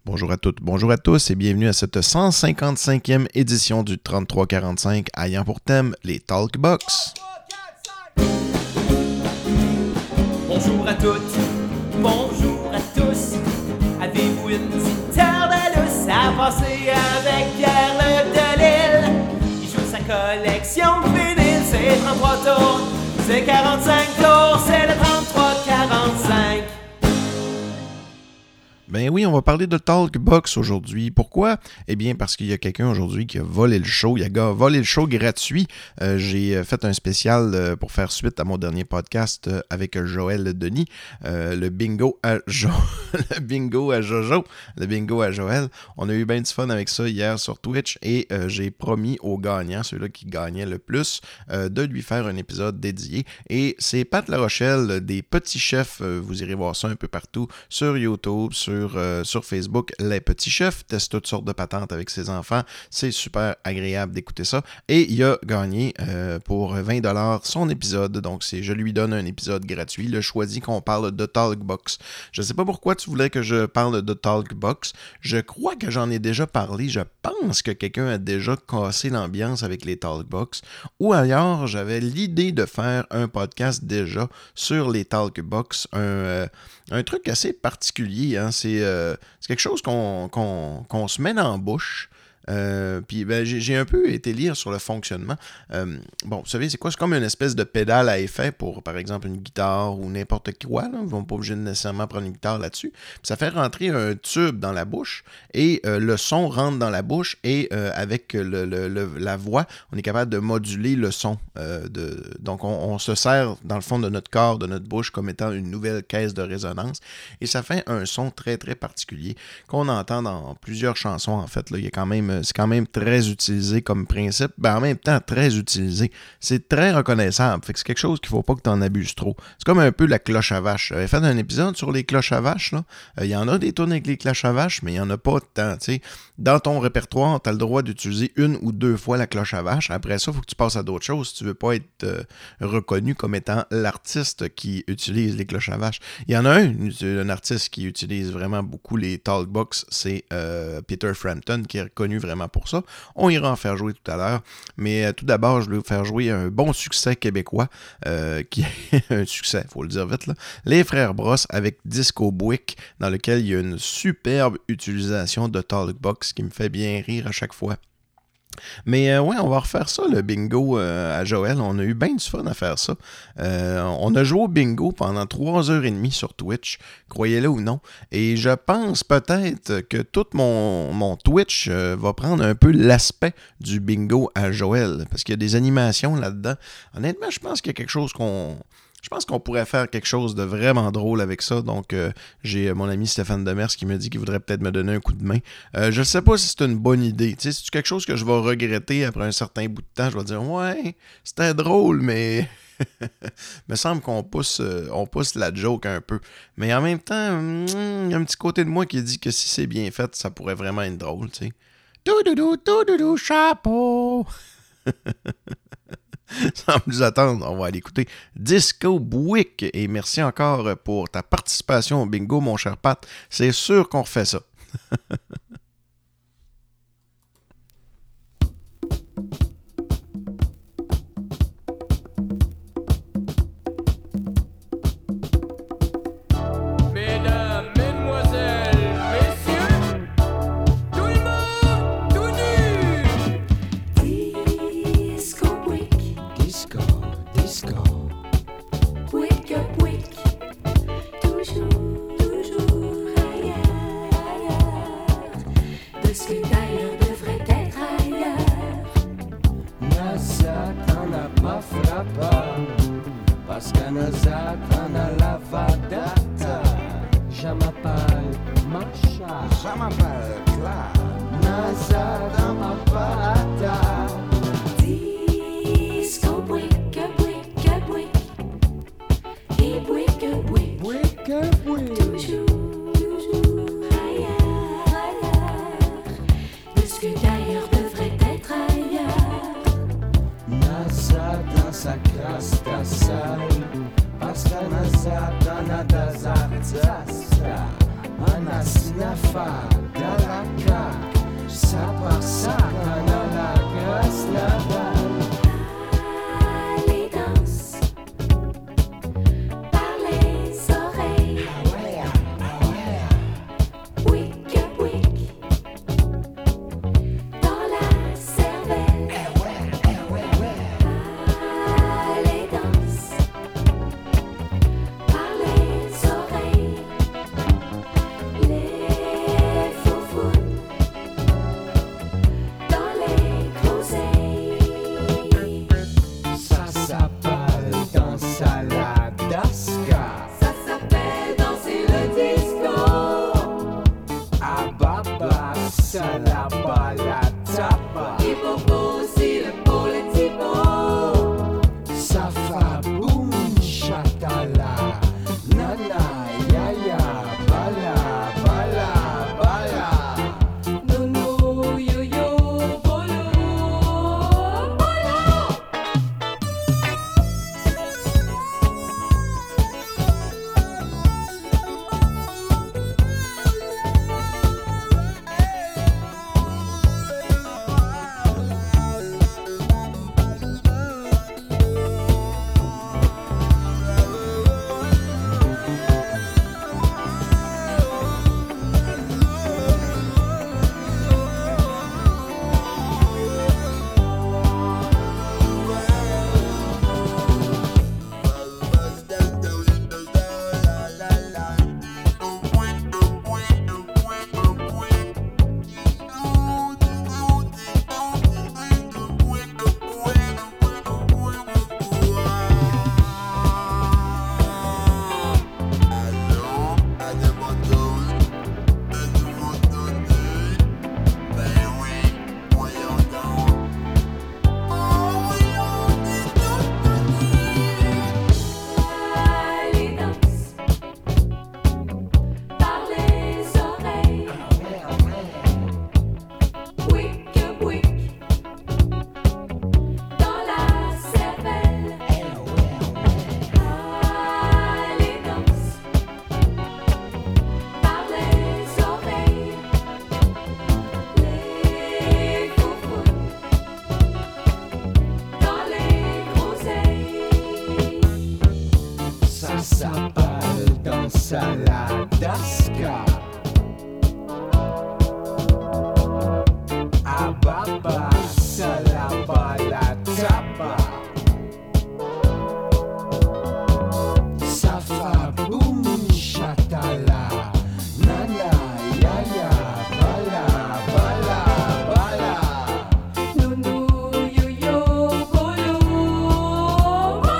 Bonjour à toutes, bonjour à tous et bienvenue à cette 155e édition du 3345 ayant pour thème les Talkbox. Bonjour à toutes, bonjour à tous. Avez-vous une petite heure de lousse à passer avec Pierre Le Delille? Il joue sa collection de vinyles, c'est 33 tours, c'est 45 tours, c'est le 33-45. Ben oui, on va parler de Talkbox aujourd'hui. Pourquoi? Eh bien, parce qu'il y a quelqu'un aujourd'hui qui a volé le show. Il a volé le show gratuit. J'ai fait un spécial pour faire suite à mon dernier podcast avec Joël Denis. Le bingo à le bingo à Jojo. Le bingo à Joël. On a eu bien du fun avec ça hier sur Twitch et j'ai promis aux gagnants, ceux-là qui gagnaient le plus, de lui faire un épisode dédié. Et c'est Pat Larochelle des Petits Chefs. Vous irez voir ça un peu partout sur YouTube, sur Facebook, les Petits Chefs testent toutes sortes de patentes avec ses enfants. C'est super agréable d'écouter ça. Et il a gagné pour 20$ son épisode. Donc, je lui donne un épisode gratuit. Il a choisi qu'on parle de Talkbox. Je ne sais pas pourquoi tu voulais que je parle de Talkbox. Je crois que j'en ai déjà parlé. Je pense que quelqu'un a déjà cassé l'ambiance avec les Talkbox. Ou ailleurs, j'avais l'idée de faire un podcast déjà sur les Talkbox. Un truc assez particulier, hein? C'est quelque chose qu'on se met dans la bouche. Puis ben, j'ai un peu été lire sur le fonctionnement. Bon, vous savez, c'est quoi? C'est comme une espèce de pédale à effet pour, par exemple, une guitare ou n'importe quoi. Là. Ils ne vont pas obligé de nécessairement prendre une guitare là-dessus. Puis ça fait rentrer un tube dans la bouche et le son rentre dans la bouche et avec la voix, on est capable de moduler le son. Donc, on se sert dans le fond de notre corps, de notre bouche, comme étant une nouvelle caisse de résonance. Et ça fait un son très, très particulier qu'on entend dans plusieurs chansons, en fait. Là. C'est quand même très utilisé comme principe, ben en même temps très utilisé. C'est très reconnaissable, fait que c'est quelque chose qu'il ne faut pas que tu en abuses trop. C'est comme un peu la cloche à vache. J'avais fait un épisode sur les cloches à vache, là. Il y en a des tunes avec les cloches à vache, mais il n'y en a pas tant, tu sais. Dans ton répertoire, tu as le droit d'utiliser 1 ou 2 fois la cloche à vache. Après ça, il faut que tu passes à d'autres choses si tu ne veux pas être reconnu comme étant l'artiste qui utilise les cloches à vache. Il y en a un artiste qui utilise vraiment beaucoup les Talkbox, c'est Peter Frampton, qui est reconnu vraiment pour ça. On ira en faire jouer tout à l'heure. Mais tout d'abord, je vais vous faire jouer un bon succès québécois, qui est un succès, il faut le dire vite, là. Les Frères Brosse avec Disco Bouic, dans lequel il y a une superbe utilisation de Talkbox qui me fait bien rire à chaque fois. Mais ouais, on va refaire ça, le bingo à Joël. On a eu bien du fun à faire ça. On a joué au bingo pendant 3h30 sur Twitch, croyez-le ou non. Et je pense peut-être que tout mon Twitch va prendre un peu l'aspect du bingo à Joël. Parce qu'il y a des animations là-dedans. Honnêtement, je pense qu'il y a quelque chose Je pense qu'on pourrait faire quelque chose de vraiment drôle avec ça. Donc, j'ai mon ami Stéphane Demers qui me dit qu'il voudrait peut-être me donner un coup de main. Je ne sais pas si c'est une bonne idée. Tu sais, c'est quelque chose que je vais regretter après un certain bout de temps. Je vais dire, ouais, c'était drôle, mais il me semble qu'on pousse la joke un peu. Mais en même temps, il y a un petit côté de moi qui dit que si c'est bien fait, ça pourrait vraiment être drôle, tu sais. Toudoudou, chapeau! Sans plus attendre, on va aller écouter Disco Bouic. Et merci encore pour ta participation au bingo, mon cher Pat. C'est sûr qu'on refait ça. Parce que Nazat en a la vadata. Je m'appelle Macha. Je m'appelle Clara. Nazat en ma pata. Disco Bouic, Bouic, Bouic. Et Bouic, Bouic. Bouic, Bouic. Toujours ailleurs. De ce que d'ailleurs devrait être ailleurs. Nazat dans sa crasse, ta salle. Parce que Nazat en a des artistes. On a snaffa. Ababa, salaba, la taba. Hippopo, c'est le beau, le typo. Safa, boum, chatala. Nana, yaya, bala, bala, bala. Nono, yo-yo, bolo, bolo. Allez, danse par les oreilles. Bouic, bouic dans la cervelle. Allez, danse par les oreilles. Les foufounes dans les groseilles. Ça s'appelle dans Saladasca. Ababa, salaba, la taba. Safa, boum, chatala. Nana, yaya, bala, bala, bala. Nono, yo-yo, bolo, bolo.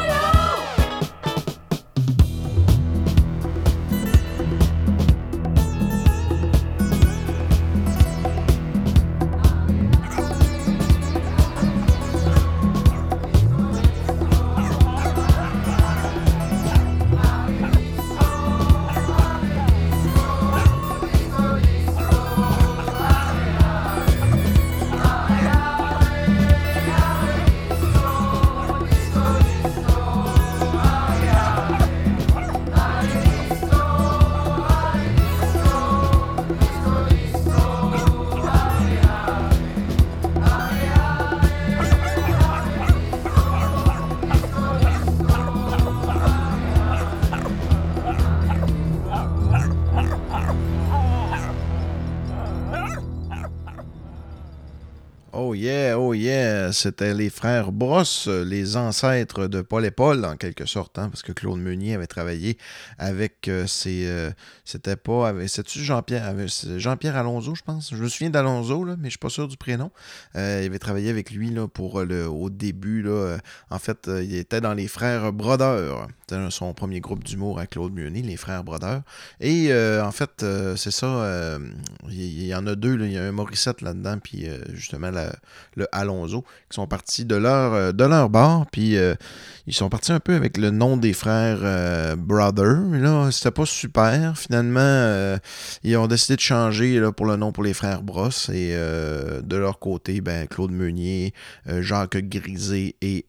Oh yeah, c'était les frères Brosse, les ancêtres de Paul et Paul, en quelque sorte, hein, parce que Claude Meunier avait travaillé avec c'était pas... C'est-tu Jean-Pierre Alonso, je pense? Je me souviens d'Alonso, là, mais je suis pas sûr du prénom. Il avait travaillé avec lui là, au début. Là, en fait, il était dans les frères Brodeur. C'était son premier groupe d'humour à Claude Meunier, les frères Brodeur. Et en fait, c'est ça, il y en a deux. Là, il y a un Morissette là-dedans, puis justement le Alonso, qui sont partis de leur bar, puis ils sont partis un peu avec le nom des frères Brother. Mais là, c'était pas super. Finalement, ils ont décidé de changer là, pour le nom pour les frères Brosse. Et de leur côté, Claude Meunier, Jacques Grisé et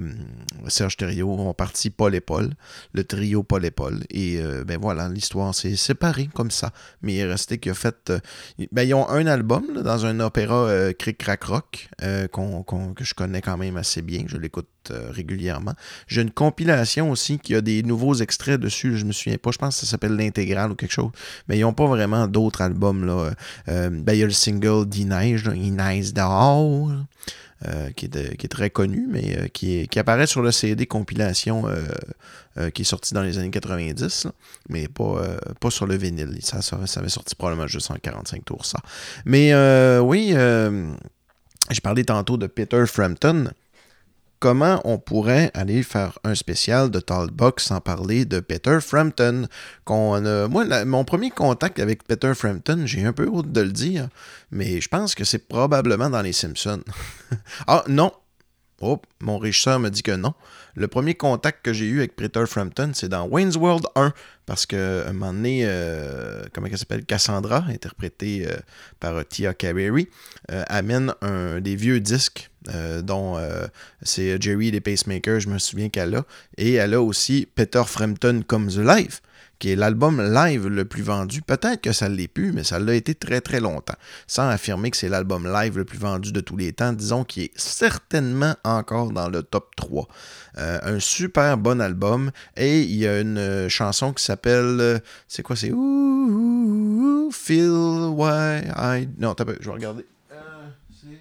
Serge Thériault ont parti Paul et Paul, le trio Paul et Paul. Et voilà, l'histoire s'est séparée comme ça. Mais il est resté qu'il a fait... ils ont un album là, dans un opéra Cric Crac Rock que je connais quand même assez bien. Je l'écoute régulièrement. J'ai une compilation aussi qui a des nouveaux extraits dessus. Je me souviens pas. Je pense que ça s'appelle l'intégrale ou quelque chose. Mais ils n'ont pas vraiment d'autres albums. Là. Il y a le single d'I-Neige, I-Neige dehors, qui est très connu, mais qui apparaît sur le CD compilation qui est sorti dans les années 90, là, mais pas sur le vinyle. Ça avait sorti probablement juste en 45 tours, ça. Mais oui, j'ai parlé tantôt de Peter Frampton. comment on pourrait aller faire un spécial de Talkbox sans parler de Peter Frampton. Mon premier contact avec Peter Frampton, j'ai un peu honte de le dire, mais je pense que c'est probablement dans les Simpsons. Ah non! Oh, mon régisseur me dit que non. Le premier contact que j'ai eu avec Peter Frampton, c'est dans Wayne's World 1, parce qu'à un moment donné, comment elle s'appelle, Cassandra, interprétée par Tia Carrere, amène des vieux disques dont c'est Jerry et les Pacemakers, je me souviens qu'elle a, et elle a aussi Peter Frampton Comes Alive, qui est l'album live le plus vendu. Peut-être que ça ne l'est plus, mais ça l'a été très très longtemps. Sans affirmer que c'est l'album live le plus vendu de tous les temps, disons qu'il est certainement encore dans le top 3. Un super bon album. Et il y a une chanson qui s'appelle... c'est quoi? C'est... Ooh, feel why I... Non, t'as pas... je vais regarder. C'est...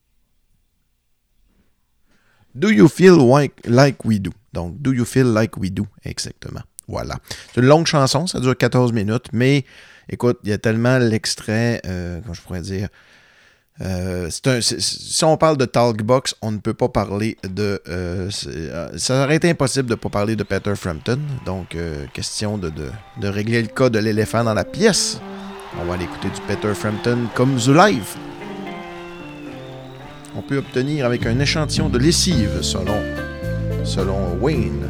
Do you feel like we do? Donc, Do you feel like we do? Exactement. Voilà. C'est une longue chanson, ça dure 14 minutes, mais écoute, il y a tellement l'extrait, comment je pourrais dire, si on parle de Talkbox, on ne peut pas parler de... ça aurait été impossible de ne pas parler de Peter Frampton, donc question de régler le cas de l'éléphant dans la pièce. On va aller écouter du Peter Frampton comme The Live. On peut obtenir avec un échantillon de lessive, selon Wayne.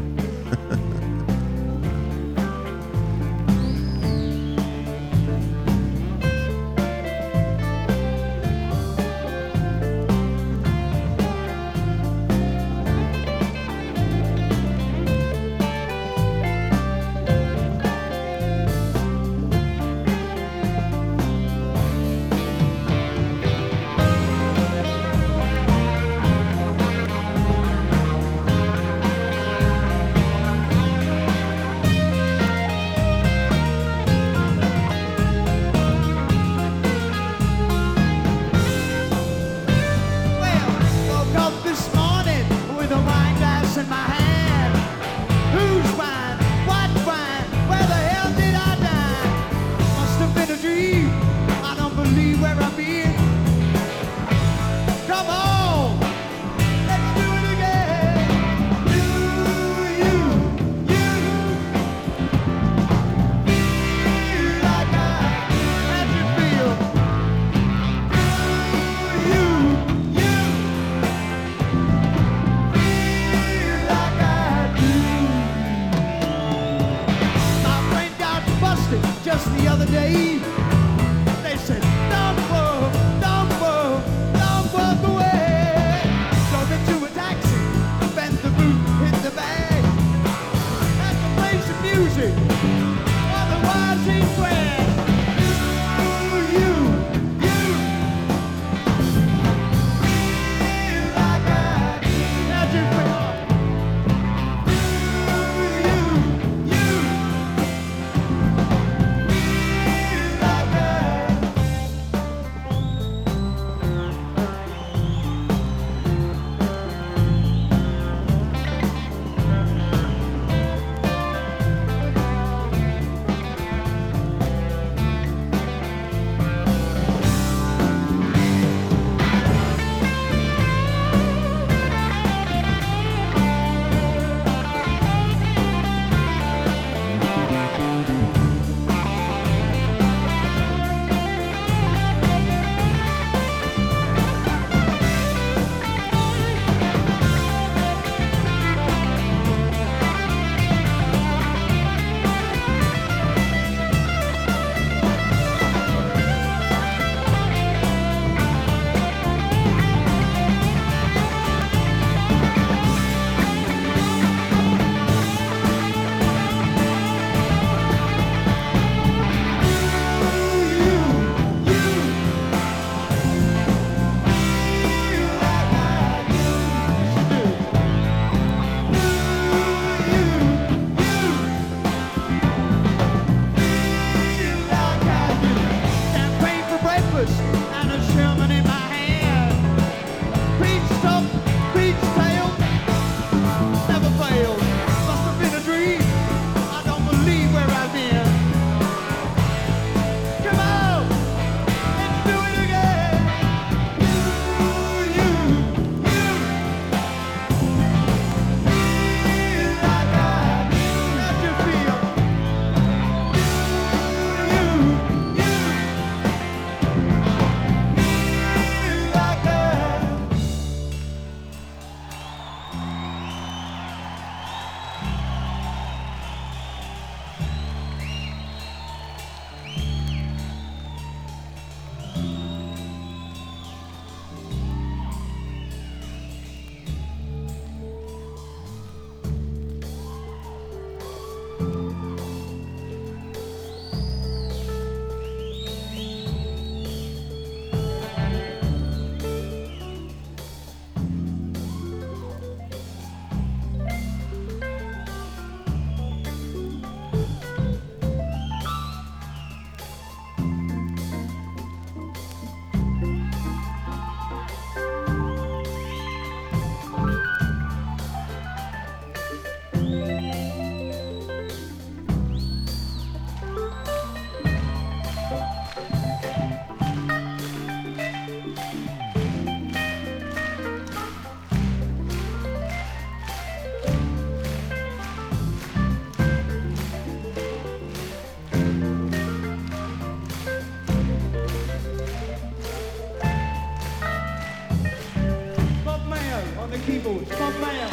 Funk man.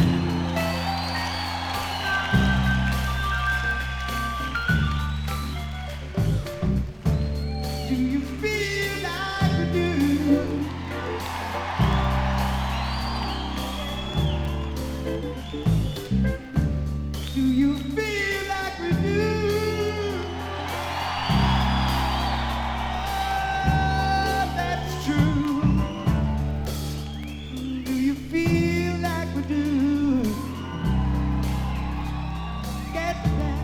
Do you feel like we do? Do you feel like we do? Oh, that's true. Do you feel like we do? Get that?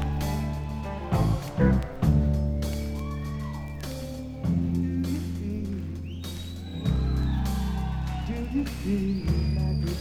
Do you feel like we do?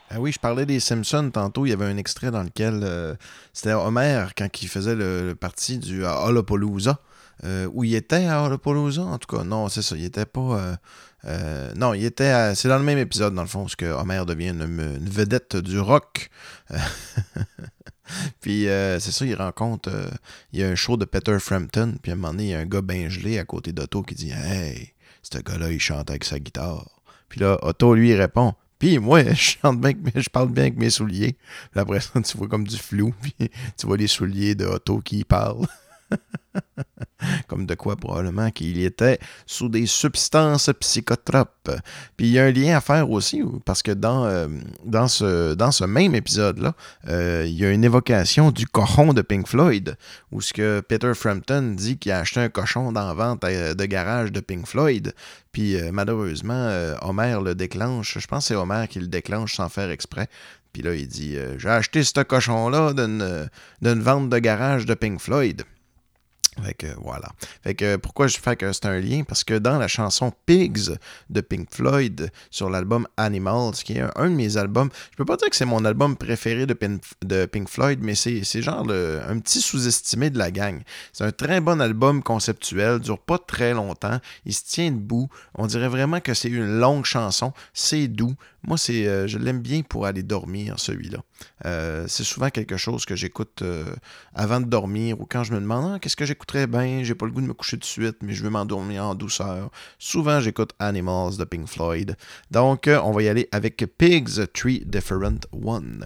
Ah oui, je parlais des Simpsons tantôt. Il y avait un extrait dans lequel c'était Homer quand il faisait le parti du Lollapalooza. Où il était à Lollapalooza, en tout cas. Non, c'est ça. Il était pas... non, il était... c'est dans le même épisode, dans le fond, parce que Homer devient une vedette du rock. Puis c'est ça, il rencontre... il y a un show de Peter Frampton, puis à un moment donné, il y a un gars bien gelé à côté d'Otto qui dit « Hey, ce gars-là, il chante avec sa guitare. » Puis là, Otto lui répond « Puis moi, je parle bien avec mes souliers. » Puis après ça, tu vois comme du flou, puis tu vois les souliers de Otto qui parlent. Comme de quoi probablement qu'il était sous des substances psychotropes. Puis il y a un lien à faire aussi, parce que dans ce même épisode-là, il y a une évocation du cochon de Pink Floyd, où ce que Peter Frampton dit qu'il a acheté un cochon dans la vente de garage de Pink Floyd. Puis malheureusement, Homer le déclenche. Je pense que c'est Homer qui le déclenche sans faire exprès. Puis là, il dit « J'ai acheté ce cochon-là d'une vente de garage de Pink Floyd. » Fait que voilà. Fait que pourquoi je fais que c'est un lien? Parce que dans la chanson Pigs de Pink Floyd sur l'album Animals, qui est un de mes albums, je peux pas dire que c'est mon album préféré de Pink Floyd, mais c'est genre un petit sous-estimé de la gang. C'est un très bon album conceptuel, dure pas très longtemps, il se tient debout. On dirait vraiment que c'est une longue chanson, c'est doux. Moi, je l'aime bien pour aller dormir, celui-là. C'est souvent quelque chose que j'écoute avant de dormir ou quand je me demande qu'est-ce que j'écouterais bien, j'ai pas le goût de me coucher tout de suite, mais je veux m'endormir en douceur. Souvent, j'écoute Animals de Pink Floyd. Donc, on va y aller avec Pigs, Three Different One.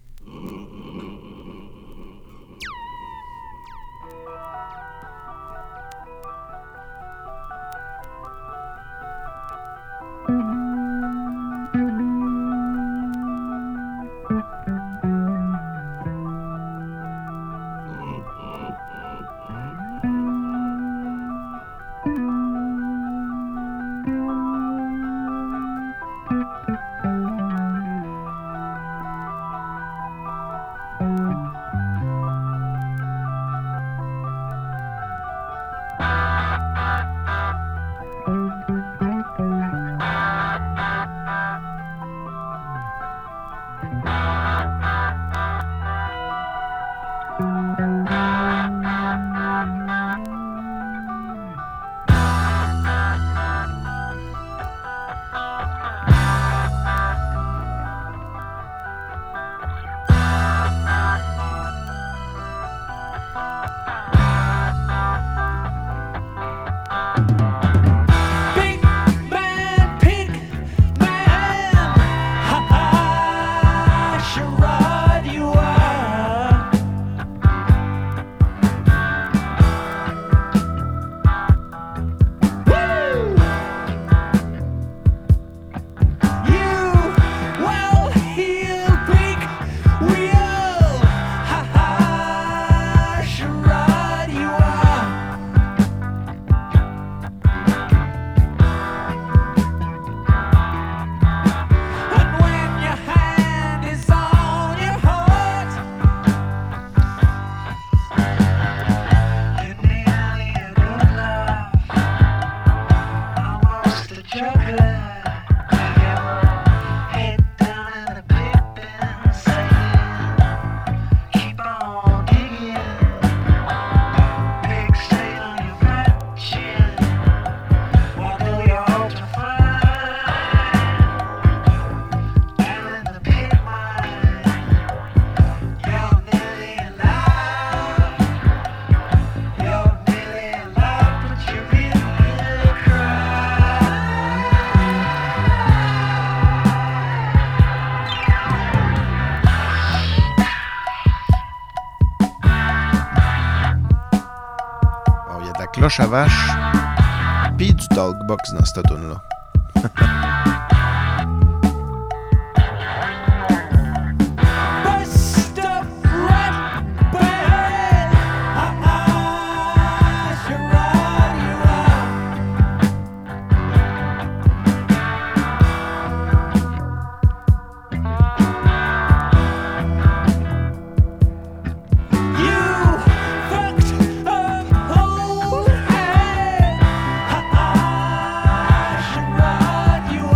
Cloche à vache, pis du talkbox dans cette tune-là. You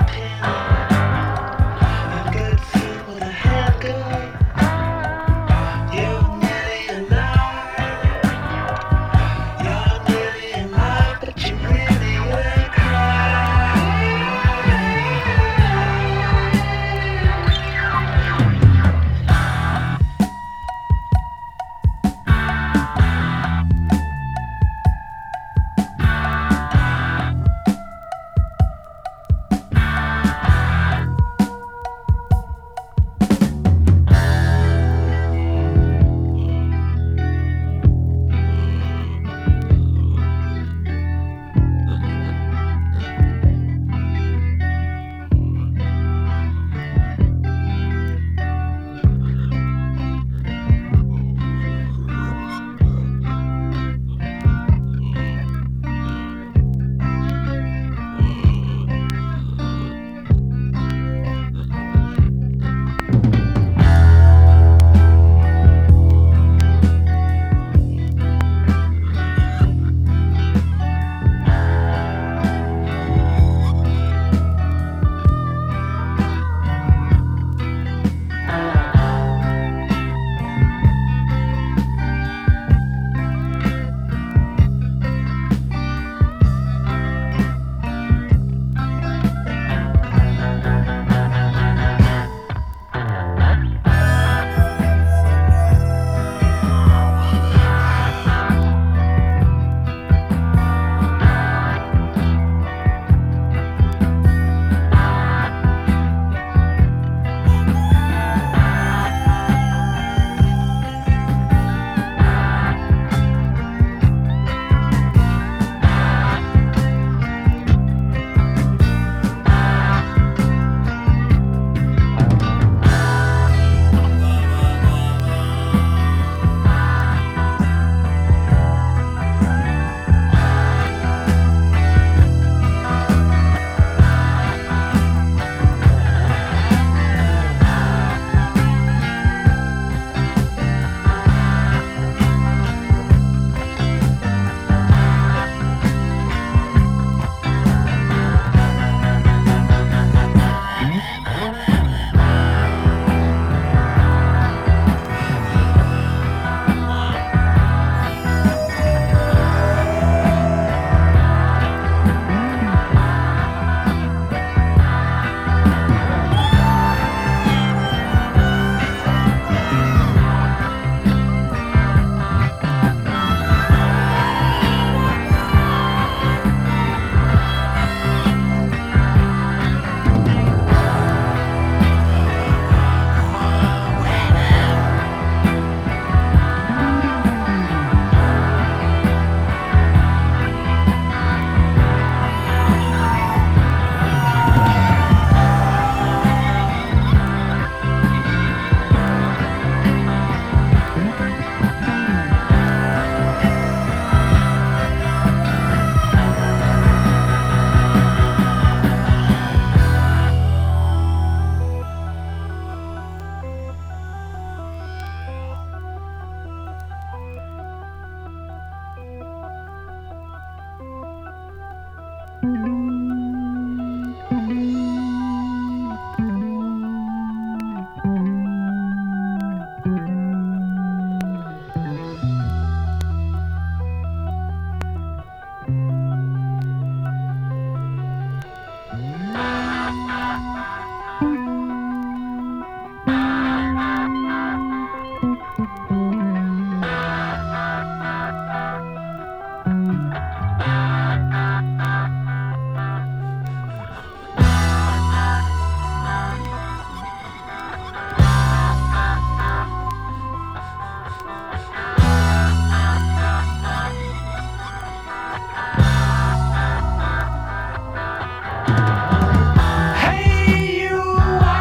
Hey, you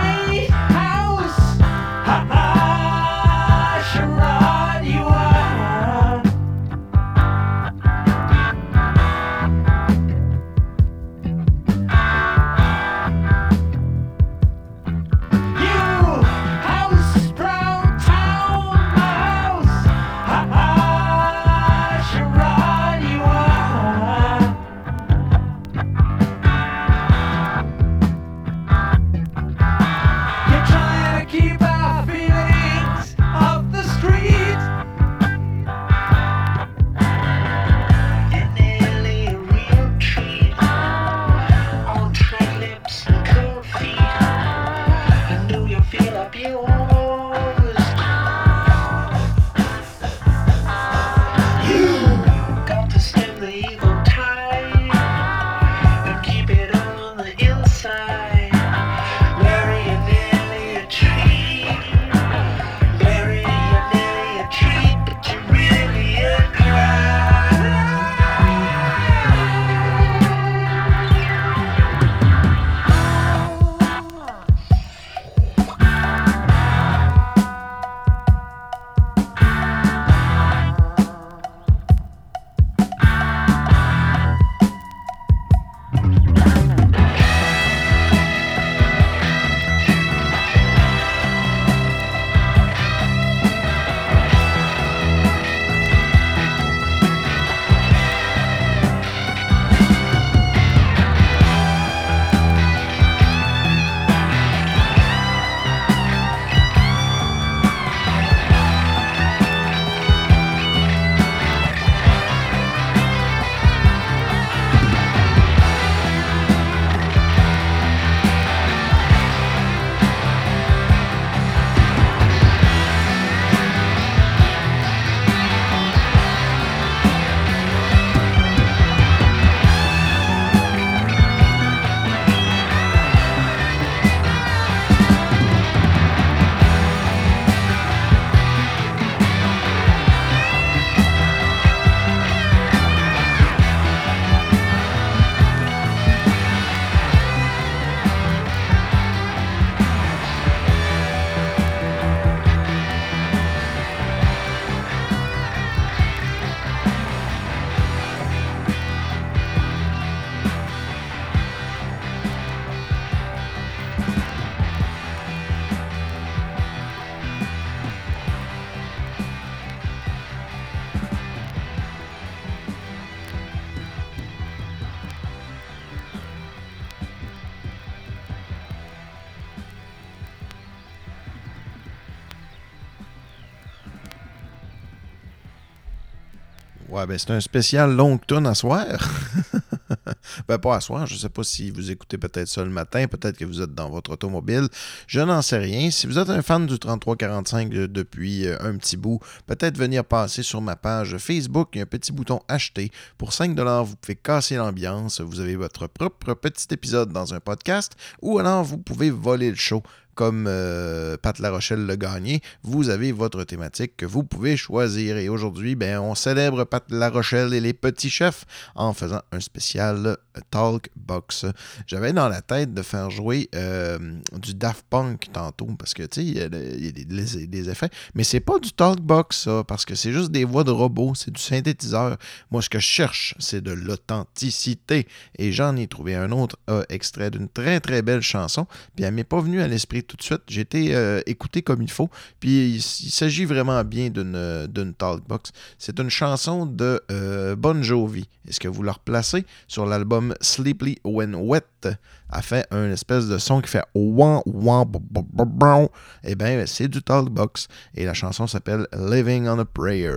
Ouais, ben c'est un spécial longue tourne à soir. Ben pas à soir, je sais pas si vous écoutez peut-être ça le matin, peut-être que vous êtes dans votre automobile, je n'en sais rien. Si vous êtes un fan du 3345 depuis un petit bout, peut-être venir passer sur ma page Facebook, il y a un petit bouton acheter. Pour 5$, vous pouvez casser l'ambiance, vous avez votre propre petit épisode dans un podcast, ou alors vous pouvez voler le show. Comme Pat Larochelle l'a gagné, vous avez votre thématique que vous pouvez choisir. Et aujourd'hui, ben, on célèbre Pat Larochelle et les petits chefs en faisant un spécial Talk Box. J'avais dans la tête de faire jouer du Daft Punk tantôt, parce que, tu sais, il y a des effets, mais c'est pas du Talk Box, ça, parce que c'est juste des voix de robots, c'est du synthétiseur. Moi, ce que je cherche, c'est de l'authenticité. Et j'en ai trouvé un autre extrait d'une très, très belle chanson, puis elle m'est pas venue à l'esprit tout de suite. J'ai été écouté comme il faut. Puis il s'agit vraiment bien d'une Talkbox. C'est une chanson de Bon Jovi. Est-ce que vous la replacez sur l'album Sleepy When Wet? A fait un espèce de son qui fait wah wah ba. Eh bien, c'est du Talkbox. Et la chanson s'appelle Living on a Prayer.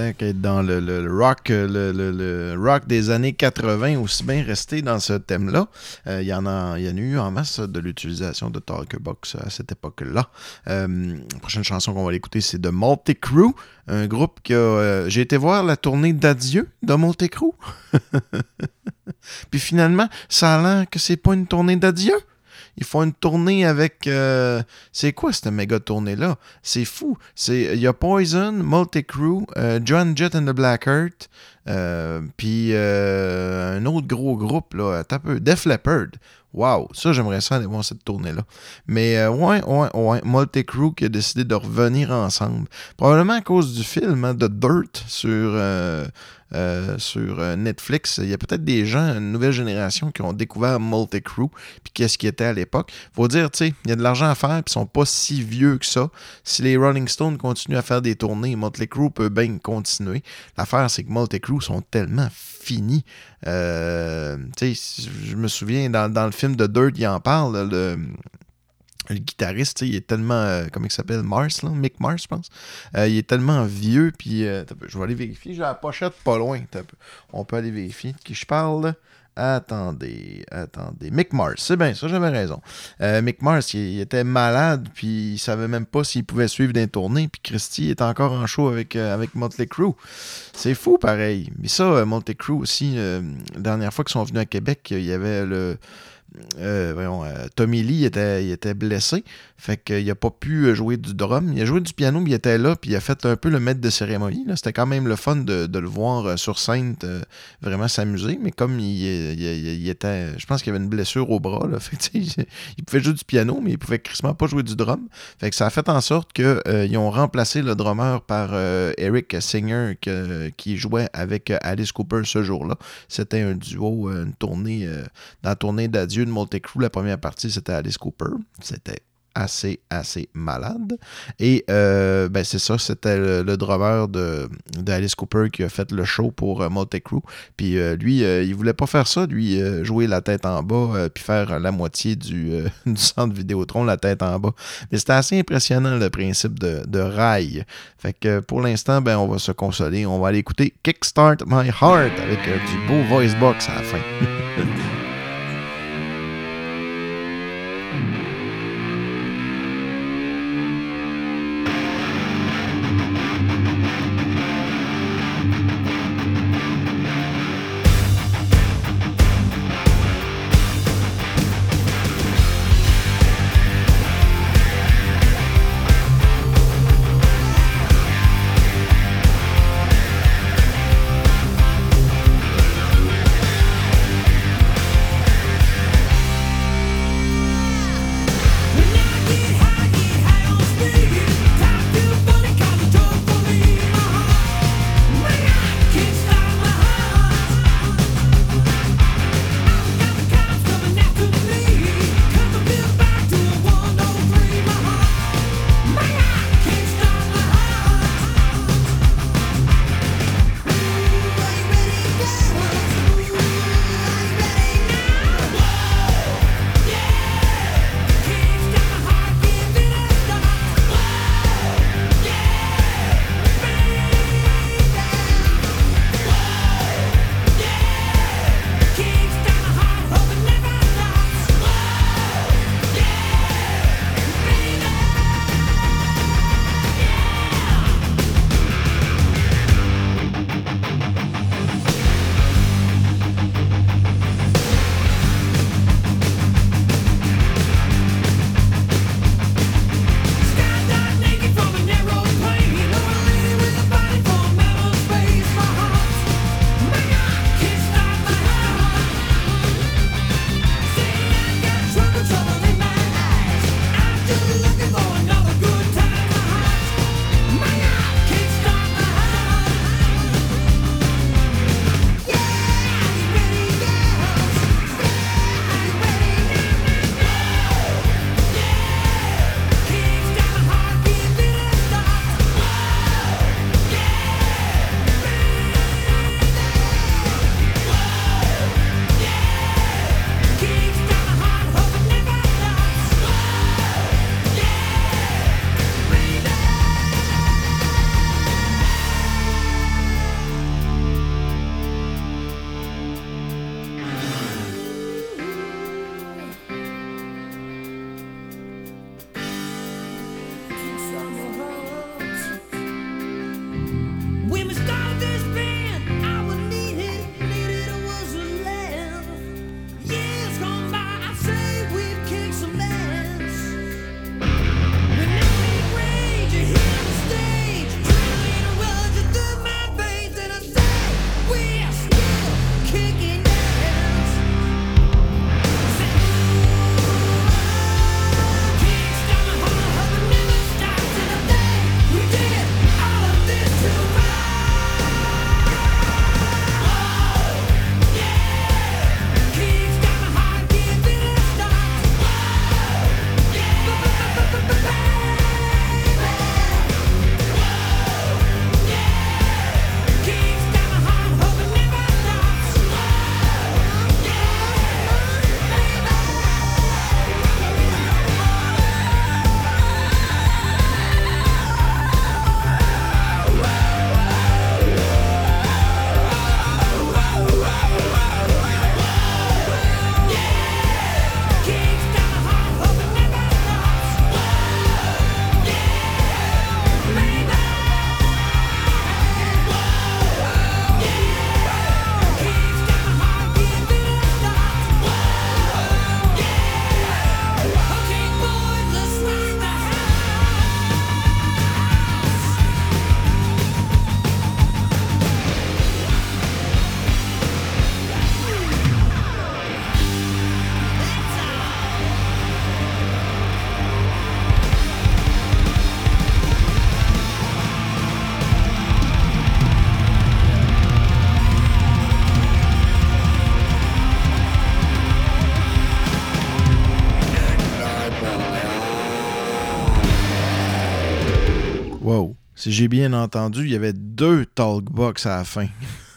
qu'être dans le rock, le rock des années 80, aussi bien rester dans ce thème-là. Il y en a eu en masse de l'utilisation de Talkbox à cette époque-là. La prochaine chanson qu'on va l'écouter, c'est de Motley Crue, un groupe qui a... j'ai été voir la tournée d'adieu de Motley Crue. Puis finalement, ça a l'air que c'est pas une tournée d'adieu. Ils font une tournée avec... c'est quoi cette méga tournée-là? C'est fou. Il y a Poison, Motley Crue, John Jett and the Blackheart, puis un autre gros groupe, là, un peu, Def Leppard. Wow, ça, j'aimerais ça aller voir cette tournée-là. Mais ouais, Motley Crue qui a décidé de revenir ensemble. Probablement à cause du film hein, de Dirt sur Netflix. Il y a peut-être des gens, une nouvelle génération qui ont découvert Motley Crue puis qu'est-ce qu'il était à l'époque. Faut dire, tu sais, il y a de l'argent à faire puis ils sont pas si vieux que ça. Si les Rolling Stones continuent à faire des tournées, Motley Crue peut bien continuer. L'affaire, c'est que Motley Crue sont tellement finis. Tu sais, je me souviens, dans le film de Dirt, il en parle, le guitariste, il est tellement... comment il s'appelle? Mars, là? Mick Mars, je pense. Il est tellement vieux, puis... je vais aller vérifier. J'ai la pochette pas loin. On peut aller vérifier. De qui je parle, là? Attendez. Mick Mars, c'est bien ça, j'avais raison. Mick Mars, il était malade, puis il savait même pas s'il pouvait suivre des tournées, puis Christy est encore en show avec Motley Crue. C'est fou, pareil. Mais ça, Motley Crue aussi, la dernière fois qu'ils sont venus à Québec, il y avait Tommy Lee il était blessé, fait qu'il n'a pas pu jouer du drum. Il a joué du piano, mais il était là, puis il a fait un peu le maître de cérémonie. Là. C'était quand même le fun de le voir sur scène vraiment s'amuser, mais comme il était, je pense qu'il avait une blessure au bras, là, fait que, il pouvait jouer du piano, mais il pouvait crissement pas jouer du drum. Fait que ça a fait en sorte qu'ils ont remplacé le drummer par Eric Singer qui jouait avec Alice Cooper ce jour-là. C'était un duo, une tournée, dans la tournée d'adieu de Motley Crue, la première partie, c'était Alice Cooper. C'était assez malade. Et c'est ça, c'était le drummer d'Alice Cooper qui a fait le show pour Motley Crue. Puis lui, il voulait pas faire ça, lui, jouer la tête en bas, puis faire la moitié du centre Vidéotron, la tête en bas. Mais c'était assez impressionnant, le principe de rail. Fait que pour l'instant, on va se consoler. On va aller écouter Kickstart My Heart avec du beau voice box à la fin. Si j'ai bien entendu, il y avait 2 Talkbox à la fin.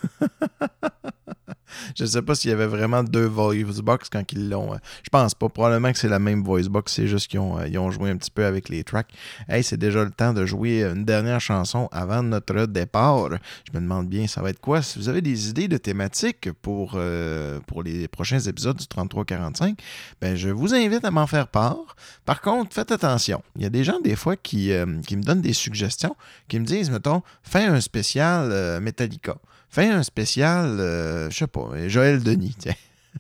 Je ne sais pas s'il y avait vraiment 2 VoiceBox quand ils l'ont. Je pense pas. Probablement que c'est la même VoiceBox. C'est juste qu'ils ont joué un petit peu avec les tracks. Hey, c'est déjà le temps de jouer une dernière chanson avant notre départ. Je me demande bien, ça va être quoi? Si vous avez des idées de thématiques pour les prochains épisodes du 3345, ben, je vous invite à m'en faire part. Par contre, faites attention. Il y a des gens, des fois, qui me donnent des suggestions, qui me disent, mettons, fais un spécial Metallica. Fais un spécial, je sais pas, Joël Denis, tiens.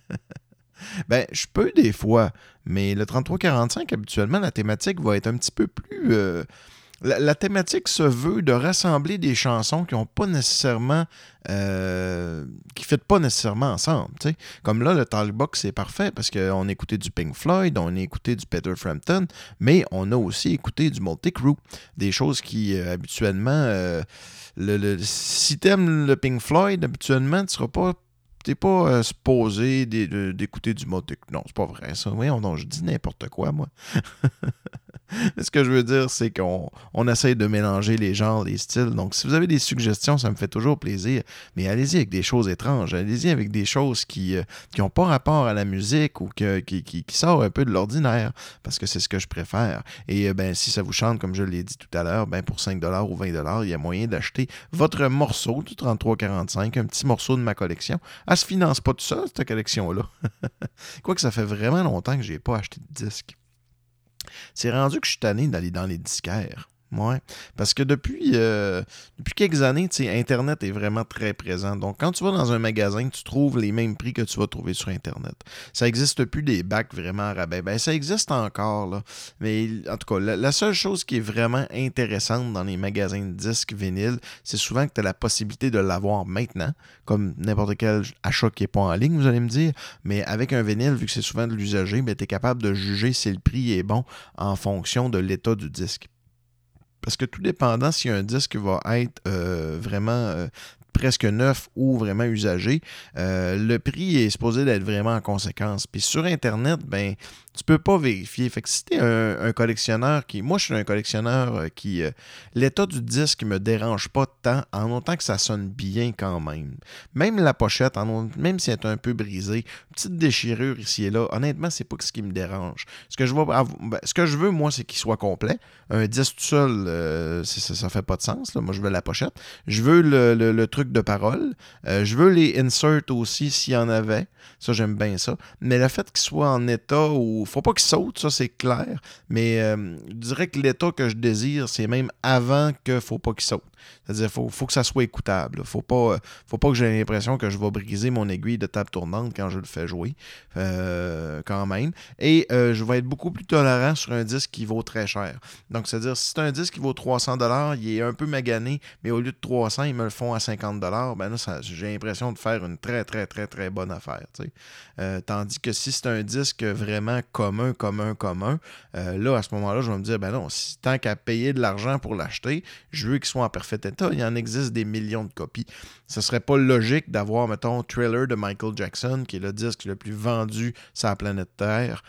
Ben, je peux des fois, mais le 3345, habituellement, la thématique va être un petit peu plus... La thématique se veut de rassembler des chansons qui ont pas nécessairement... qui ne fitent pas nécessairement ensemble, tu sais. Comme là, le Talkbox, c'est parfait parce qu'on a écouté du Pink Floyd, on a écouté du Peter Frampton, mais on a aussi écouté du Motley Crue. Des choses qui, habituellement... si t'aimes le Pink Floyd, habituellement, t'es pas supposé d'écouter du Motley Crue. Non, c'est pas vrai, ça. Oui, je dis n'importe quoi, moi. Ce que je veux dire, c'est qu'on essaie de mélanger les genres, les styles. Donc, si vous avez des suggestions, ça me fait toujours plaisir. Mais allez-y avec des choses étranges. Allez-y avec des choses qui n'ont pas rapport à la musique ou qui sortent un peu de l'ordinaire. Parce que c'est ce que je préfère. Et ben, si ça vous chante, comme je l'ai dit tout à l'heure, ben, pour 5$ ou 20$, il y a moyen d'acheter votre morceau du 3345, un petit morceau de ma collection. Elle se finance pas tout ça, cette collection-là. Quoique ça fait vraiment longtemps que je n'ai pas acheté de disque. C'est rendu que je suis tanné d'aller dans les disquaires. Ouais. Parce que depuis quelques années, Internet est vraiment très présent. Donc, quand tu vas dans un magasin, tu trouves les mêmes prix que tu vas trouver sur Internet. Ça n'existe plus des bacs vraiment à rabais. Ben, ça existe encore, là. Mais en tout cas, la seule chose qui est vraiment intéressante dans les magasins de disques vinyles, c'est souvent que tu as la possibilité de l'avoir maintenant, comme n'importe quel achat qui n'est pas en ligne, vous allez me dire. Mais avec un vinyle, vu que c'est souvent de l'usager, ben, tu es capable de juger si le prix est bon en fonction de l'état du disque. Parce que tout dépendant si un disque va être vraiment presque neuf ou vraiment usagé, le prix est supposé d'être vraiment en conséquence. Puis sur Internet, ben tu peux pas vérifier. Fait que si tu es un collectionneur qui... Moi, je suis un collectionneur qui... l'état du disque me dérange pas tant, en autant que ça sonne bien quand même. Même la pochette, même si elle est un peu brisée, une petite déchirure ici et là, honnêtement, c'est pas ce qui me dérange. Ce que je veux, moi, c'est qu'il soit complet. Un disque tout seul, ça fait pas de sens. Là. Moi, je veux la pochette. Je veux le truc de parole. Je veux les inserts aussi, s'il y en avait. Ça, j'aime bien ça. Mais le fait qu'il soit en état où... Faut pas qu'il saute, ça, c'est clair. Mais je dirais que l'état que je désire, c'est même avant que faut pas qu'il saute. C'est-à-dire, faut que ça soit écoutable. Faut pas que j'ai l'impression que je vais briser mon aiguille de table tournante quand je le fais jouer. Quand même. Et je vais être beaucoup plus tolérant sur un disque qui vaut très cher. Donc, c'est-à-dire, si c'est un disque qui vaut 300$, il est un peu magané, mais au lieu de 300$, ils me le font à 50$, ben là, j'ai l'impression de faire une très, très, très, très bonne affaire. Tandis que si c'est un disque vraiment commun, là, à ce moment-là, je vais me dire, ben non, tant qu'à payer de l'argent pour l'acheter, je veux qu'il soit en parfait état. Il y en existe des millions de copies. Ce serait pas logique d'avoir, mettons, Thriller de Michael Jackson, qui est le disque le plus vendu sur la planète Terre,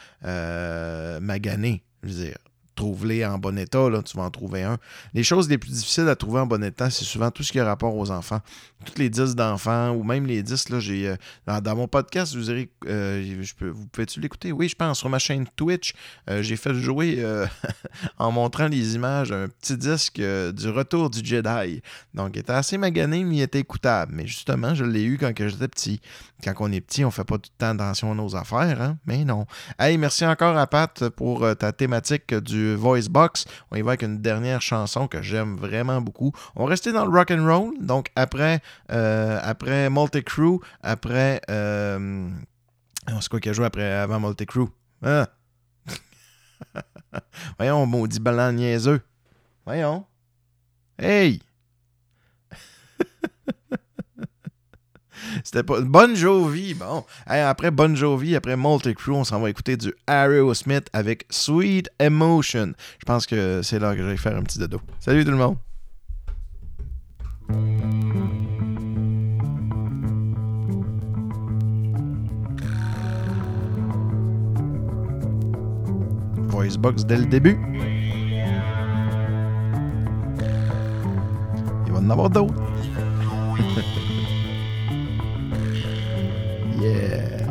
magané. Je veux dire, trouve-les en bon état, là, tu vas en trouver un. Les choses les plus difficiles à trouver en bon état, c'est souvent tout ce qui a rapport aux enfants. Tous les disques d'enfants, ou même les disques, là, j'ai dans mon podcast, vous direz, vous pouvez-tu l'écouter? Oui, je pense, sur ma chaîne Twitch, j'ai fait jouer, en montrant les images, un petit disque du Retour du Jedi. Donc, il était assez magané, mais il était écoutable. Mais justement, je l'ai eu quand j'étais petit. Quand on est petit, on fait pas tout le temps attention à nos affaires, hein? Mais non. Hey, merci encore à Pat pour ta thématique du VoiceBox. On y va avec une dernière chanson que j'aime vraiment beaucoup. On va rester dans le rock and roll. Donc, après Motley Crue, après... c'est quoi qui a joué avant Motley Crue? Ah! Voyons, maudit ballon niaiseux. Voyons. Hey! C'était pas... Bon Jovi, bon. Hey, après Bon Jovi, après Motley Crue, on s'en va écouter du Aerosmith avec Sweet Emotion. Je pense que c'est là que je vais faire un petit dodo. Salut tout le monde! Voicebox dès le début. en avoir d'autres. Yeah.